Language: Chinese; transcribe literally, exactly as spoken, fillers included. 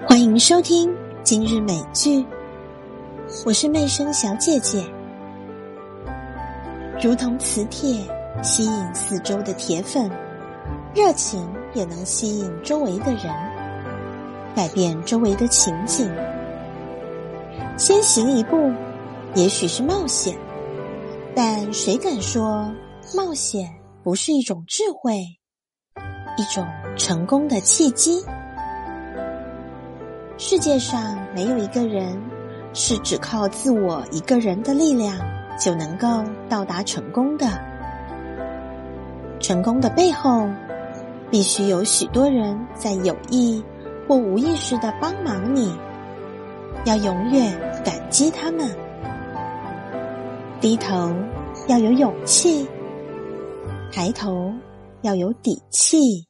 欢迎收听今日美剧，我是媚声小姐姐。如同磁铁吸引四周的铁粉，热情也能吸引周围的人，改变周围的情景。先行一步，也许是冒险，但谁敢说冒险不是一种智慧，一种成功的契机？世界上没有一个人是只靠自我一个人的力量就能够到达成功的。成功的背后，必须有许多人在有意或无意识地帮忙你，要永远感激他们。低头要有勇气，抬头要有底气。